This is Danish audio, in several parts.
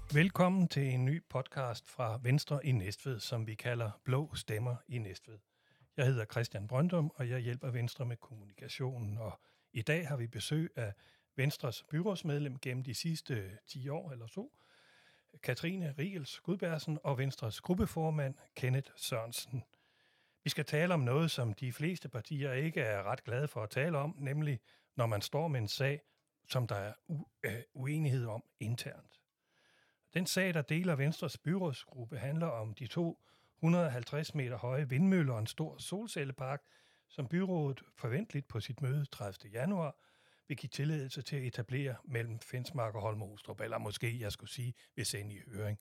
Velkommen til en ny podcast fra Venstre i Næstved, som vi kalder Blå Stemmer i Næstved. Jeg hedder Christian Brøndum, og jeg hjælper Venstre med kommunikationen. Og i dag har vi besøg af Venstres byrådsmedlem gennem de sidste 10 år eller så, Katrine Riegels Gudbergsen, og Venstres gruppeformand Kenneth Sørensen. Vi skal tale om noget, som de fleste partier ikke er ret glade for at tale om, nemlig når man står med en sag, som der er uenighed om internt. Den sag, der deler Venstres byrådsgruppe, handler om de 250 meter høje vindmøller og en stor solcellepark, som byrådet forventeligt på sit møde 30. januar vil give tilladelse til at etablere mellem Fensmark og Holme-Olstrup, eller måske, jeg skulle sige, vil sende i høring.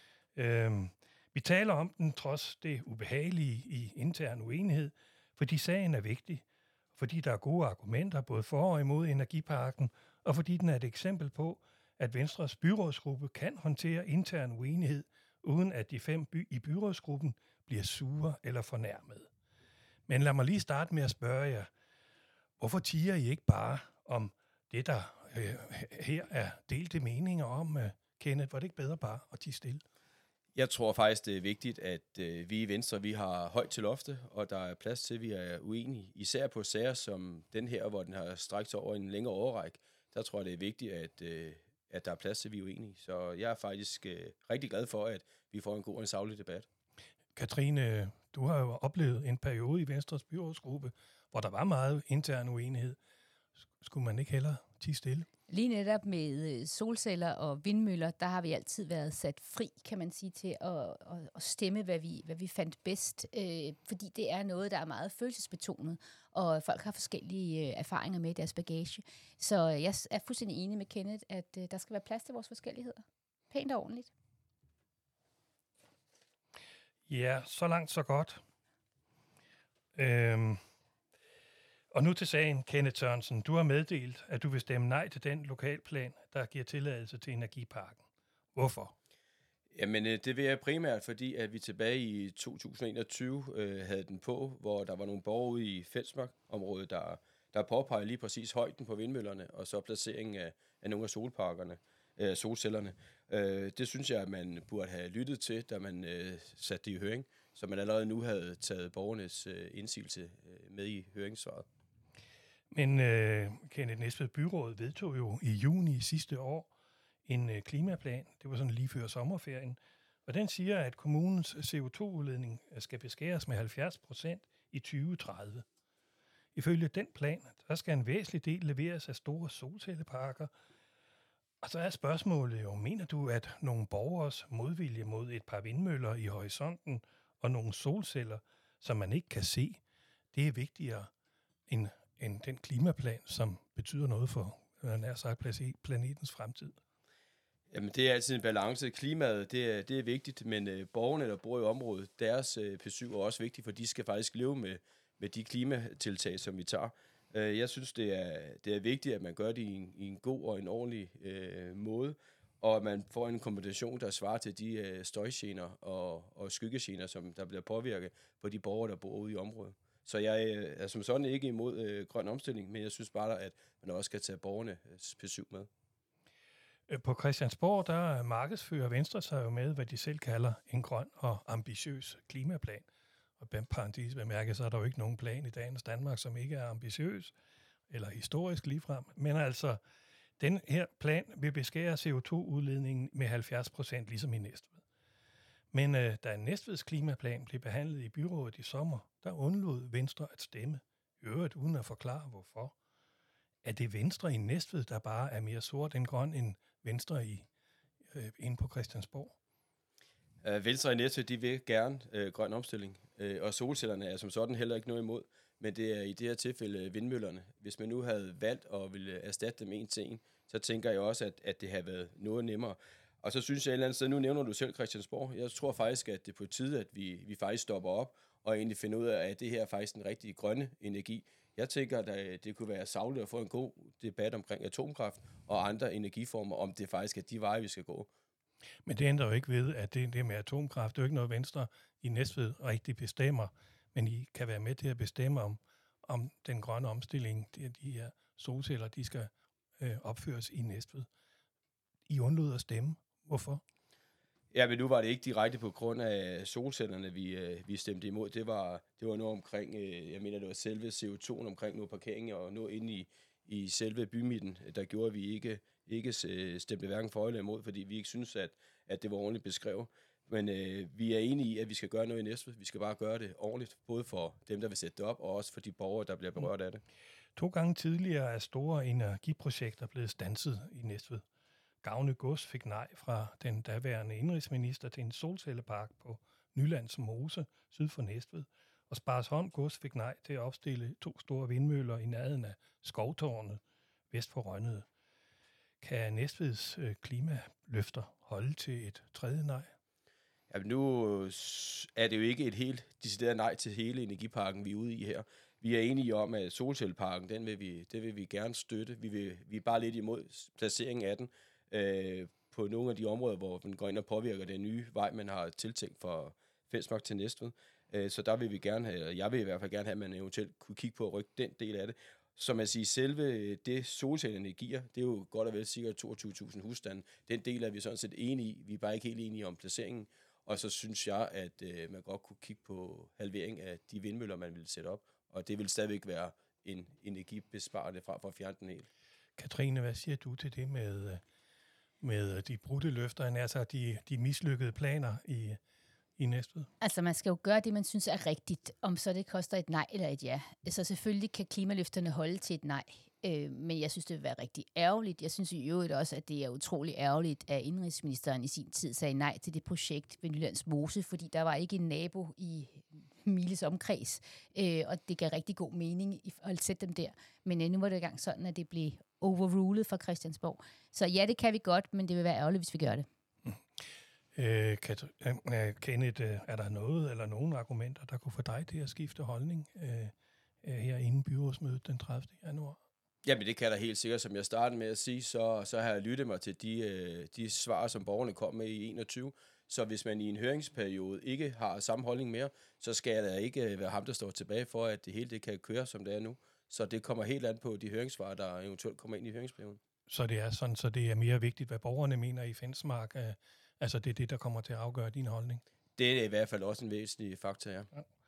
Vi taler om den trods det ubehagelige i intern uenighed, fordi sagen er vigtig, fordi der er gode argumenter både for og imod energiparken, og fordi den er et eksempel på, at Venstres byrådsgruppe kan håndtere intern uenighed, uden at de 5 i byrådsgruppen bliver sure eller fornærmede. Men lad mig lige starte med at spørge jer, hvorfor tiger I ikke bare om det, der her er delte meninger om? Kenneth, var det ikke bedre bare at tie stille? Jeg tror faktisk, det er vigtigt, at vi i Venstre vi har højt til loftet, og der er plads til, at vi er uenige. Især på sager som den her, hvor den har strækt sig over en længere årrække. Der tror jeg, det er vigtigt, at der er plads til, at vi er uenige. Så jeg er faktisk rigtig glad for, at vi får en god og en saglig debat. Katrine, du har jo oplevet en periode i Venstres byrådsgruppe, hvor der var meget intern uenighed. Skulle man ikke hellere tie stille? Lige netop med solceller og vindmøller, der har vi altid været sat fri, kan man sige, til at stemme, hvad vi fandt bedst. Fordi det er noget, der er meget følelsesbetonet, og folk har forskellige erfaringer med deres bagage. Så jeg er fuldstændig enig med Kenneth, at der skal være plads til vores forskelligheder. Pænt og ordentligt. Ja, så langt så godt. Og nu til sagen, Kenneth Sørensen. Du har meddelt, at du vil stemme nej til den lokalplan, der giver tilladelse til energiparken. Hvorfor? Jamen, det vil jeg primært, fordi at vi tilbage i 2021 havde den på, hvor der var nogle borgere ude i Fensmark-området, der påpegede lige præcis højden på vindmøllerne, og så placeringen af nogle af solcellerne. Det synes jeg, at man burde have lyttet til, da man satte det i høring, så man allerede nu havde taget borgernes indsigelse med i høringssvaret. Men Kenneth, Næstved Byråd vedtog jo i juni sidste år en klimaplan. Det var sådan lige før sommerferien. Og den siger, at kommunens CO2-udledning skal beskæres med 70% i 2030. Ifølge den plan, der skal en væsentlig del leveres af store solcelleparker. Og så er spørgsmålet jo, mener du, at nogle borgers modvilje mod et par vindmøller i horisonten og nogle solceller, som man ikke kan se, det er vigtigere end den klimaplan, som betyder noget for, nær sagt, planetens fremtid? Jamen, det er altid en balance. Klimaet, det er vigtigt, men borgerne, der bor i området, deres P7 er også vigtigt, for de skal faktisk leve med de klimatiltag, som vi tager. Jeg synes, det er vigtigt, at man gør det i en god og en ordentlig måde, og at man får en kombination, der svarer til de støjgener og skyggegener, som der bliver påvirket på de borgere, der bor ude i området. Så jeg er som sådan ikke imod grøn omstilling, men jeg synes bare, at man også skal tage borgernes P7 med. På Christiansborg, der markedsfører Venstre sig jo med, hvad de selv kalder en grøn og ambitiøs klimaplan. Og parentes bemærket, så er der jo ikke nogen plan i dagens Danmark, som ikke er ambitiøs, eller historisk ligefrem. Men altså, den her plan vil beskære CO2-udledningen med 70%, ligesom i Næstved. Men da Næstveds klimaplan blev behandlet i byrådet i sommer, der undlod Venstre at stemme, i øvrigt uden at forklare hvorfor. Er det Venstre i Næstved, der bare er mere sort end grøn end Venstre inde på Christiansborg? Venstre i Næstved, de vil gerne grøn omstilling, og solcellerne er som sådan heller ikke noget imod, men det er i det her tilfælde vindmøllerne. Hvis man nu havde valgt at ville erstatte dem en til en, så tænker jeg også, at det havde været noget nemmere. Og så synes jeg et eller andet sted, nu nævner du selv Christiansborg, jeg tror faktisk, at det er på tide, at vi faktisk stopper op og egentlig finder ud af, at det her er faktisk den rigtige grønne energi. Jeg tænker, at det kunne være sagligt at få en god debat omkring atomkraft og andre energiformer, om det faktisk er de veje, vi skal gå. Men det ændrer jo ikke ved, at det med atomkraft, det er jo ikke noget Venstre i Næstved rigtig bestemmer, men I kan være med til at bestemme om den grønne omstilling, de her solceller, de skal opføres i Næstved. I undlod at stemme. Hvorfor? Ja, men nu var det ikke direkte på grund af solcellerne, vi stemte imod. Det var noget omkring, jeg mener, det var selve CO2'en omkring noget parkering og noget inde i selve bymidten, der gjorde, at vi ikke stemte hverken for eller imod, fordi vi ikke synes, at det var ordentligt beskrevet. Men vi er enige i, at vi skal gøre noget i Næstved. Vi skal bare gøre det ordentligt, både for dem, der vil sætte det op, og også for de borgere, der bliver berørt af det. 2 gange tidligere er store energiprojekter blevet standset i Næstved. Gavne Gods fik nej fra den daværende indrigsminister til en solcellepark på Nylands Mose syd for Næstved, og Sparsholm Gods fik nej til at opstille 2 store vindmøller i nærheden af Skovtårnet vest for Rønnede. Kan Næstveds klimaløfter holde til et tredje nej? Ja, nu er det jo ikke et helt decideret nej til hele energiparken, vi er ude i her. Vi er enige om, at solcelleparken, den vil vi gerne støtte. Vi er bare lidt imod placeringen af den på nogle af de områder, hvor den går ind og påvirker den nye vej, man har tiltænkt for Fensmark til Næstved. Så der vil vi gerne have, jeg vil i hvert fald gerne have, at man eventuelt kunne kigge på at rykke den del af det. Så man siger, selve det solcellerne giver, det er jo godt og vel sikkert 22.000 husstande. Den del er vi sådan set enige i. Vi er bare ikke helt enige om placeringen. Og så synes jeg, at man godt kunne kigge på halvering af de vindmøller, man vil sætte op. Og det vil stadigvæk være en energibesparende frem for at fjerne den helt. Katrine, hvad siger du til det med de brudte løfter, altså de mislykkede planer i Næstved? Altså, man skal jo gøre det, man synes er rigtigt, om så det koster et nej eller et ja. Så selvfølgelig kan klimaløfterne holde til et nej, men jeg synes, det vil være rigtig ærgerligt. Jeg synes i øvrigt også, at det er utrolig ærgerligt, at indrigsministeren i sin tid sagde nej til det projekt ved Nylands Mose, fordi der var ikke en nabo i miles omkreds, og det gav rigtig god mening at sætte dem der. Men nu var det i gang sådan, at det blev overrulet fra Christiansborg. Så ja, det kan vi godt, men det vil være ærgerligt, hvis vi gør det. Kenneth, er der noget eller nogle argumenter, der kunne få dig til at skifte holdning her inden byrådsmødet den 30. januar? Jamen det kan der helt sikkert, som jeg startede med at sige, så har jeg lyttet mig til de svar, som borgerne kom med i 21. Så hvis man i en høringsperiode ikke har samme holdning mere, så skal der ikke være ham, der står tilbage for, at det hele det kan køre, som det er nu. Så det kommer helt an på de høringssvar, der eventuelt kommer ind i høringsperioden. Så det er sådan, så det er mere vigtigt, hvad borgerne mener i Fensmark. Altså det er det, der kommer til at afgøre din holdning? Det er i hvert fald også en væsentlig faktor, ja.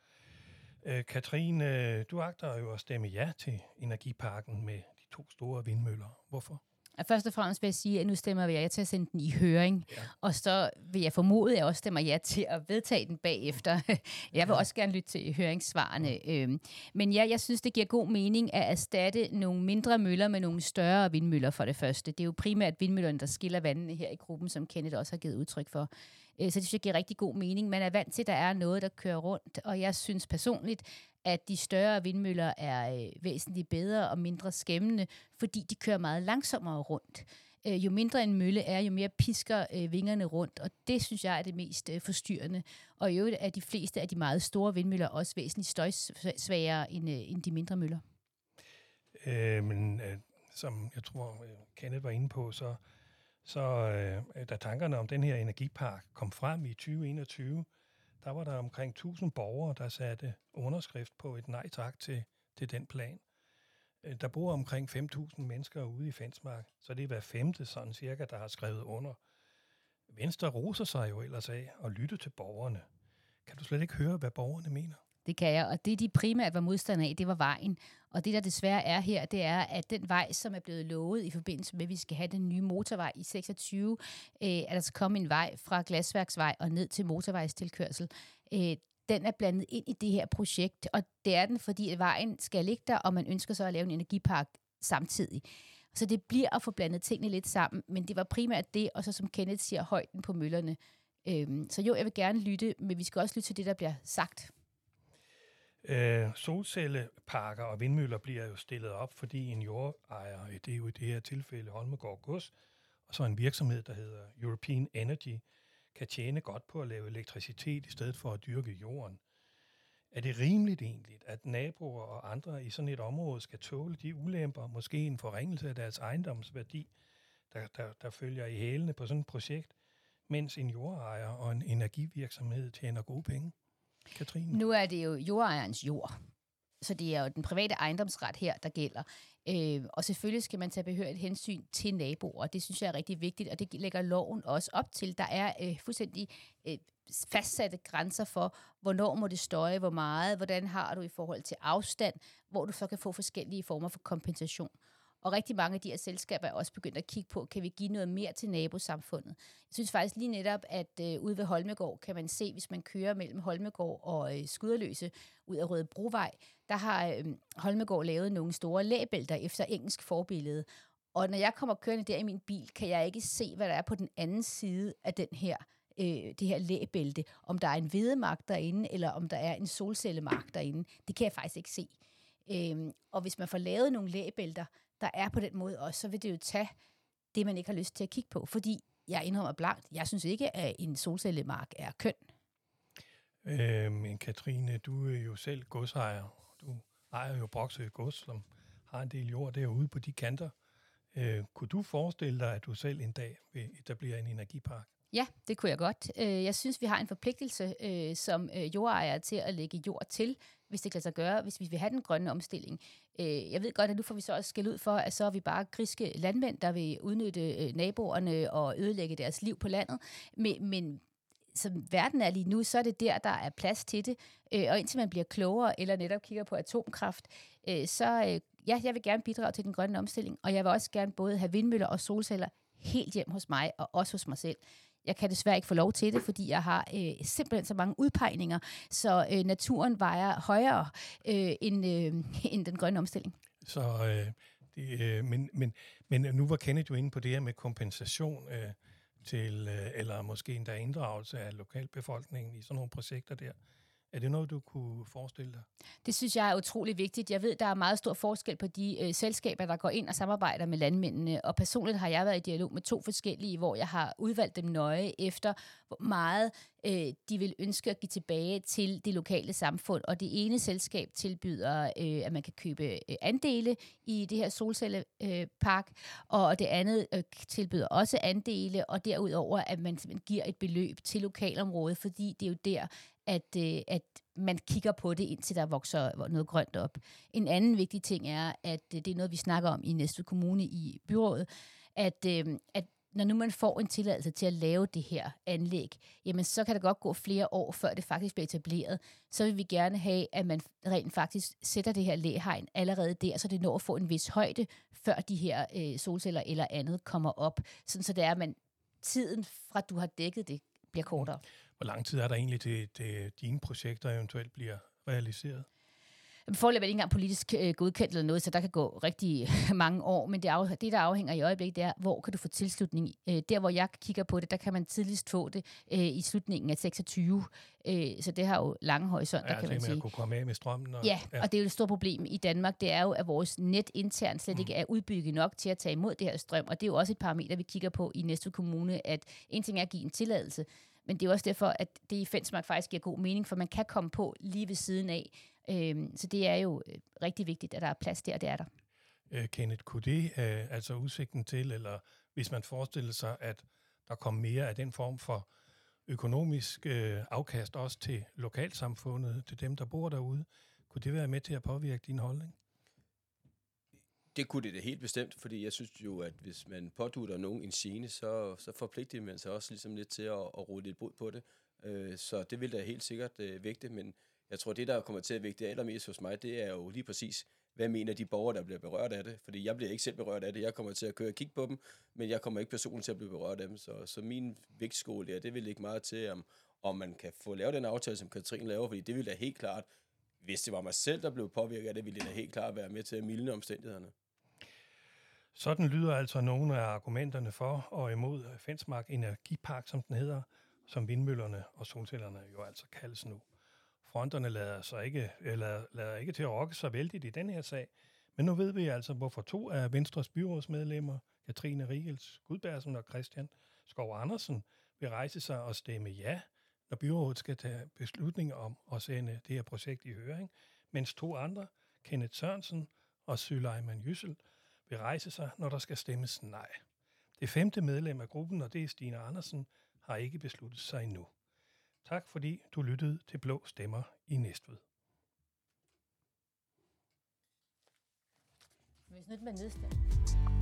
Katrine, du agter jo at stemme ja til energiparken med de 2 store vindmøller. Hvorfor? Først og fremmest vil jeg sige, at nu stemmer jeg til at sende den i høring, og så vil jeg formode, at jeg også stemmer ja til at vedtage den bagefter. Jeg vil også gerne lytte til høringssvarene. Men ja, jeg synes, det giver god mening at erstatte nogle mindre møller med nogle større vindmøller for det første. Det er jo primært vindmøllerne, der skiller vandene her i gruppen, som Kenneth også har givet udtryk for. Så det synes jeg giver rigtig god mening. Man er vant til, at der er noget, der kører rundt, og jeg synes personligt, at de større vindmøller er væsentligt bedre og mindre skæmmende, fordi de kører meget langsommere rundt. Jo mindre en mølle er, jo mere pisker vingerne rundt, og det synes jeg er det mest forstyrrende. Og i øvrigt er de fleste af de meget store vindmøller også væsentligt støjsvagere end de mindre møller. Men som jeg tror, Kenneth var inde på, så da tankerne om den her energipark kom frem i 2021, der var der omkring 1000 borgere, der satte underskrift på et nej tak til den plan. Der bor omkring 5.000 mennesker ude i Fensmark, så det er hver femte sådan cirka, der har skrevet under. Venstre roser sig jo ellers af at lytte til borgerne. Kan du slet ikke høre, hvad borgerne mener? Det kan jeg, og det de primært var modstandere af, det var vejen. Og det, der desværre er her, det er, at den vej, som er blevet lovet i forbindelse med, at vi skal have den nye motorvej i 26, at der skal komme en vej fra Glasværksvej og ned til motorvejstilkørsel. Den er blandet ind i det her projekt, og det er den, fordi at vejen skal ligge der, og man ønsker så at lave en energipark samtidig. Så det bliver at få blandet tingene lidt sammen, men det var primært det, og så som Kenneth siger, højden på møllerne. Så jo, jeg vil gerne lytte, men vi skal også lytte til det, der bliver sagt. Solcelleparker og vindmøller bliver jo stillet op, fordi en jordejer, det er jo i det her tilfælde Holmegaard Gods, og så en virksomhed, der hedder European Energy, kan tjene godt på at lave elektricitet i stedet for at dyrke jorden. Er det rimeligt egentlig, at naboer og andre i sådan et område skal tåle de ulemper, måske en forringelse af deres ejendomsværdi, der følger i hælene på sådan et projekt, mens en jordejer og en energivirksomhed tjener gode penge? Katrine? Nu er det jo jordejerens jord. Så det er jo den private ejendomsret her, der gælder. Og selvfølgelig skal man tage behørigt hensyn til naboer, og det synes jeg er rigtig vigtigt, og det lægger loven også op til. Der er fuldstændig fastsatte grænser for, hvornår må det støje, hvor meget, hvordan har du i forhold til afstand, hvor du så kan få forskellige former for kompensation. Og rigtig mange af de her selskaber er også begyndt at kigge på, kan vi give noget mere til nabosamfundet. Jeg synes faktisk lige netop, at ude ved Holmegaard kan man se, hvis man kører mellem Holmegaard og Skuderløse ud af Rødebrovej, der har Holmegaard lavet nogle store læbælter efter engelsk forbillede. Og når jeg kommer kørende der i min bil, kan jeg ikke se, hvad der er på den anden side af det her læbælte. Om der er en hvedemark derinde, eller om der er en solcellemark derinde. Det kan jeg faktisk ikke se. Og hvis man får lavet nogle læbælter, der er på den måde også, så vil det jo tage det, man ikke har lyst til at kigge på. Fordi jeg indrømmer blankt, jeg synes ikke, at en solcellemark er køn. Men Katrine, du er jo selv godsejer. Du ejer jo Broksø Gods, som har en del jord derude på de kanter. Kunne du forestille dig, at du selv en dag vil etablere en energipark? Ja, det kunne jeg godt. Jeg synes, vi har en forpligtelse som jordejer til at lægge jord til, hvis det kan sig gøre, hvis vi vil have den grønne omstilling. Jeg ved godt, at nu får vi så også skæld ud for, at så er vi bare griske landmænd, der vil udnytte naboerne og ødelægge deres liv på landet. Men som verden er lige nu, så er det der er plads til det. Og indtil man bliver klogere, eller netop kigger på atomkraft, jeg vil gerne bidrage til den grønne omstilling, og jeg vil også gerne både have vindmøller og solceller helt hjem hos mig, og også hos mig selv. Jeg kan desværre ikke få lov til det, fordi jeg har simpelthen så mange udpegninger, så naturen vejer højere end den grønne omstilling. Men nu var Kenneth jo inde på det her med kompensation til, eller måske endda inddragelse af lokalbefolkningen i sådan nogle projekter der. Er det noget, du kunne forestille dig? Det synes jeg er utrolig vigtigt. Jeg ved, der er meget stor forskel på de selskaber, der går ind og samarbejder med landmændene. Og personligt har jeg været i dialog med 2 forskellige, hvor jeg har udvalgt dem nøje efter, hvor meget de vil ønske at give tilbage til det lokale samfund. Og det ene selskab tilbyder, at man kan købe andele i det her solcellepark, og det andet tilbyder også andele, og derudover, at man giver et beløb til lokalområdet, fordi det er jo der, at man kigger på det, indtil der vokser noget grønt op. En anden vigtig ting er, at det er noget, vi snakker om i Næstved Kommune i byrådet, at når nu man får en tilladelse til at lave det her anlæg, jamen så kan der godt gå flere år, før det faktisk bliver etableret. Så vil vi gerne have, at man rent faktisk sætter det her læhegn allerede der, så det når at få en vis højde, før de her solceller eller andet kommer op. Sådan så det er, at tiden fra du har dækket det, bliver kortere. Hvor lang tid er der egentlig til dine projekter eventuelt bliver realiseret? Foreløbig er det ikke engang politisk godkendt eller noget, så der kan gå rigtig mange år, men det der afhænger i øjeblikket, det er, hvor kan du få tilslutning? Der, hvor jeg kigger på det, der kan man tidligst få det i slutningen af 26, så det har jo lange horisonter, kan man sige. At kunne komme af med strømmen. Og det er jo et stort problem i Danmark, det er jo, at vores net internt slet ikke er udbygget nok til at tage imod det her strøm, og det er jo også et parameter, vi kigger på i Næstved Kommune, at en ting er at give en tilladelse, men det er også derfor, at det i Fensmark faktisk giver god mening, for man kan komme på lige ved siden af. Så det er jo rigtig vigtigt, at der er plads der, og det er der. Kenneth, kunne det, altså udsigten til, eller hvis man forestiller sig, at der kommer mere af den form for økonomisk afkast også til lokalsamfundet, til dem, der bor derude, kunne det være med til at påvirke din holdning? Det kunne det helt bestemt, fordi jeg synes jo, at hvis man pådutter nogen en gene, så forpligter man sig også ligesom lidt til at rulle lidt bod på det. Så det vil da helt sikkert vægte, men jeg tror, det der kommer til at vægte allermest hos mig, det er jo lige præcis, hvad mener de borgere, der bliver berørt af det? Fordi jeg bliver ikke selv berørt af det. Jeg kommer til at køre og kigge på dem, men jeg kommer ikke personligt til at blive berørt af dem. Så min vægtskål der, det vil ikke meget til, om man kan få lavet den aftale, som Katrine laver, fordi det vil da helt klart, hvis det var mig selv, der blev påvirket af det, ville det da helt klart være med til at mildne omstændighederne. Sådan lyder altså nogle af argumenterne for og imod Fensmark Energipark, som den hedder, som vindmøllerne og solcellerne jo altså kaldes nu. Fronterne lader ikke til at rokke så vældigt i den her sag, men nu ved vi altså, hvorfor 2 af Venstres byrådsmedlemmer, Katrine Rigels Gudbergsen og Christian Skov Andersen, vil rejse sig og stemme ja, når byrådet skal tage beslutning om at sende det her projekt i høring, mens 2 andre, Kenneth Sørensen og Süleyman Yücel, vil rejse sig, når der skal stemmes nej. Det 5. medlem af gruppen, og det er Stine Andersen, har ikke besluttet sig endnu. Tak fordi du lyttede til Blå Stemmer i Næstved. Hvis nu man nedstemt.